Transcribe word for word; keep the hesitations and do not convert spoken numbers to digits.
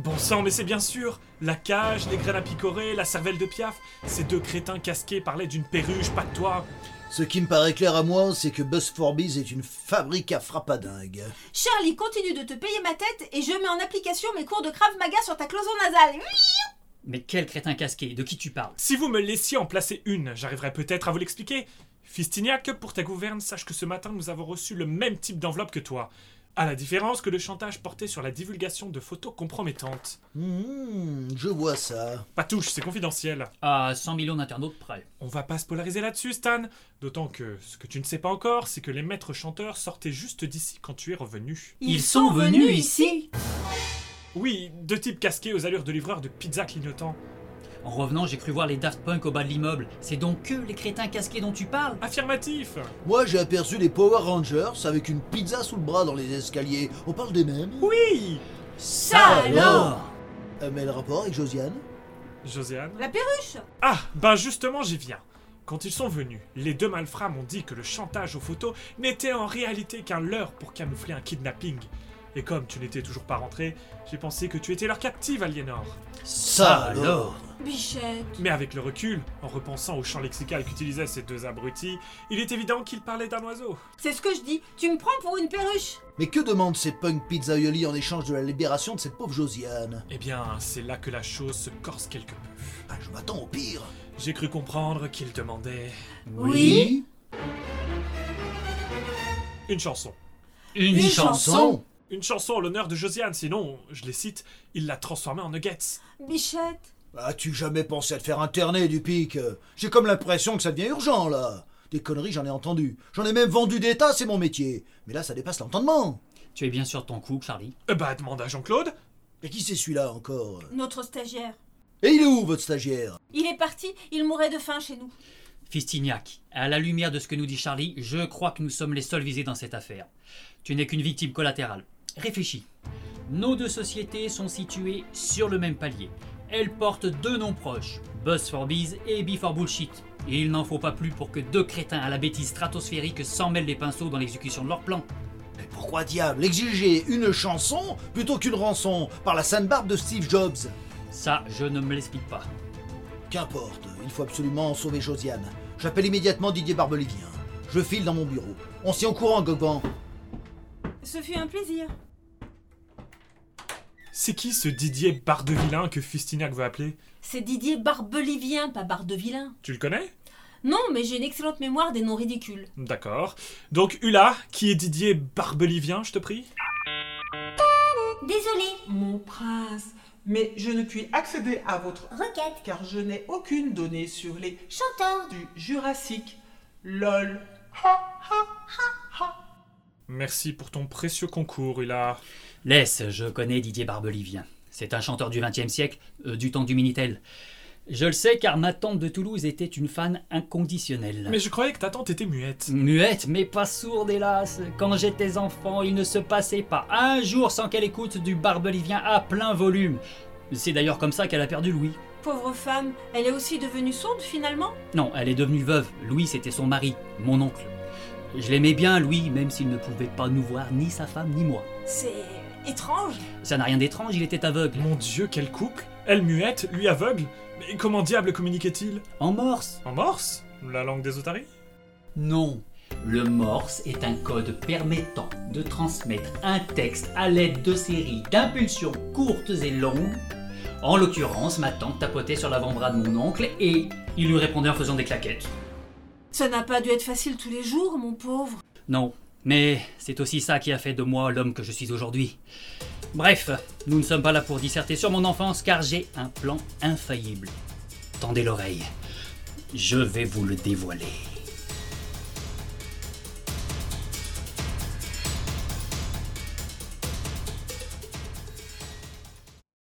Bon sang, mais c'est bien sûr. La cage, les graines à picorer, la cervelle de Piaf. Ces deux crétins casqués parlaient d'une perruche, pas de toi. Ce qui me paraît clair à moi, c'est que Buzz Forbies est une fabrique à frappadingue. Charlie, continue de te payer ma tête et je mets en application mes cours de Krav Maga sur ta cloison nasale. Mais quel crétin casqué, de qui tu parles? Si vous me laissiez en placer une, j'arriverais peut-être à vous l'expliquer. Fistignac, pour ta gouverne, sache que ce matin nous avons reçu le même type d'enveloppe que toi. À la différence que le chantage portait sur la divulgation de photos compromettantes. Mmh, je vois ça. Pas touche, c'est confidentiel. À cent millions d'internautes près. On va pas se polariser là-dessus, Stan. D'autant que ce que tu ne sais pas encore, c'est que les maîtres chanteurs sortaient juste d'ici quand tu es revenu. Ils sont venus ici. Oui, deux types casqués aux allures de livreurs de pizza clignotants. En revenant, j'ai cru voir les Daft Punk au bas de l'immeuble. C'est donc que les crétins casqués dont tu parles? Affirmatif. Moi, j'ai aperçu les Power Rangers avec une pizza sous le bras dans les escaliers. On parle des mêmes? Oui. Ça alors? Euh, mais le rapport avec Josiane? Josiane? La perruche. Ah, ben justement, j'y viens. Quand ils sont venus, les deux malfrats m'ont dit que le chantage aux photos n'était en réalité qu'un leurre pour camoufler un kidnapping. Et comme tu n'étais toujours pas rentré, j'ai pensé que tu étais leur captive, Aliénor. Ça alors? Bichette. Mais avec le recul, en repensant au champ lexical qu'utilisaient ces deux abrutis, il est évident qu'ils parlaient d'un oiseau. C'est ce que je dis. Tu me prends pour une perruche. Mais que demandent ces punk pizzaioli en échange de la libération de cette pauvre Josiane? Eh bien, c'est là que la chose se corse quelque peu. Ah, je m'attends au pire. J'ai cru comprendre qu'ils demandaient Oui. une chanson. Une, Une chanson. Une chanson en l'honneur de Josiane, sinon, je les cite, il l'a transformée en nuggets. Bichette. As-tu jamais pensé à te faire interner, du pic? J'ai comme l'impression que ça devient urgent, là. Des conneries, j'en ai entendu. J'en ai même vendu des tas, c'est mon métier. Mais là, ça dépasse l'entendement. Tu es bien sûr de ton coup, Charlie? Euh bah, demande à Jean-Claude. Et qui c'est celui-là, encore? Notre stagiaire. Et il est où, votre stagiaire? Il est parti, il mourait de faim chez nous. Fistignac, à la lumière de ce que nous dit Charlie, je crois que nous sommes les seuls visés dans cette affaire. Tu n'es qu'une victime collatérale. Réfléchis. Nos deux sociétés sont situées sur le même palier. Elles portent deux noms proches, Buzz for Bees et B for Bullshit. Et il n'en faut pas plus pour que deux crétins à la bêtise stratosphérique s'en mêlent les pinceaux dans l'exécution de leur plan. Mais pourquoi diable exiger une chanson plutôt qu'une rançon par la sainte barbe de Steve Jobs? Ça, je ne me l'explique pas. Qu'importe, il faut absolument sauver Josiane. J'appelle immédiatement Didier Barbelivien. Je file dans mon bureau. On s'y est au courant, Gogban. Ce fut un plaisir. C'est qui ce Didier Bardevillain que Fistignac veut appeler? C'est Didier Barbelivien, pas Bardevillain. Tu le connais? Non, mais j'ai une excellente mémoire des noms ridicules. D'accord. Donc Hula, qui est Didier Barbelivien, je te prie? Désolé, Mon prince, mais je ne puis accéder à votre requête, car je n'ai aucune donnée sur les chanteur. du Jurassique. Lol. Merci pour ton précieux concours, Hula. Laisse, je connais Didier Barbelivien. C'est un chanteur du vingtième siècle, euh, du temps du Minitel. Je le sais car ma tante de Toulouse était une fan inconditionnelle. Mais je croyais que ta tante était muette. Muette, mais pas sourde, hélas. Quand j'étais enfant, il ne se passait pas un jour sans qu'elle écoute du Barbelivien à plein volume. C'est d'ailleurs comme ça qu'elle a perdu Louis. Pauvre femme, elle est aussi devenue sourde finalement? Non, elle est devenue veuve. Louis, c'était son mari, mon oncle. Je l'aimais bien, Louis, même s'il ne pouvait pas nous voir, ni sa femme, ni moi. C'est étrange. Ça n'a rien d'étrange, il était aveugle. Mon Dieu, quel couple! Elle muette, lui aveugle. Mais comment diable communiquait-il? En morse? En morse? La langue des otaries? Non. Le morse est un code permettant de transmettre un texte à l'aide de séries d'impulsions courtes et longues. En l'occurrence, ma tante tapotait sur l'avant-bras de mon oncle et il lui répondait en faisant des claquettes. Ça n'a pas dû être facile tous les jours, mon pauvre. Non, mais c'est aussi ça qui a fait de moi l'homme que je suis aujourd'hui. Bref, nous ne sommes pas là pour disserter sur mon enfance car j'ai un plan infaillible. Tendez l'oreille, je vais vous le dévoiler.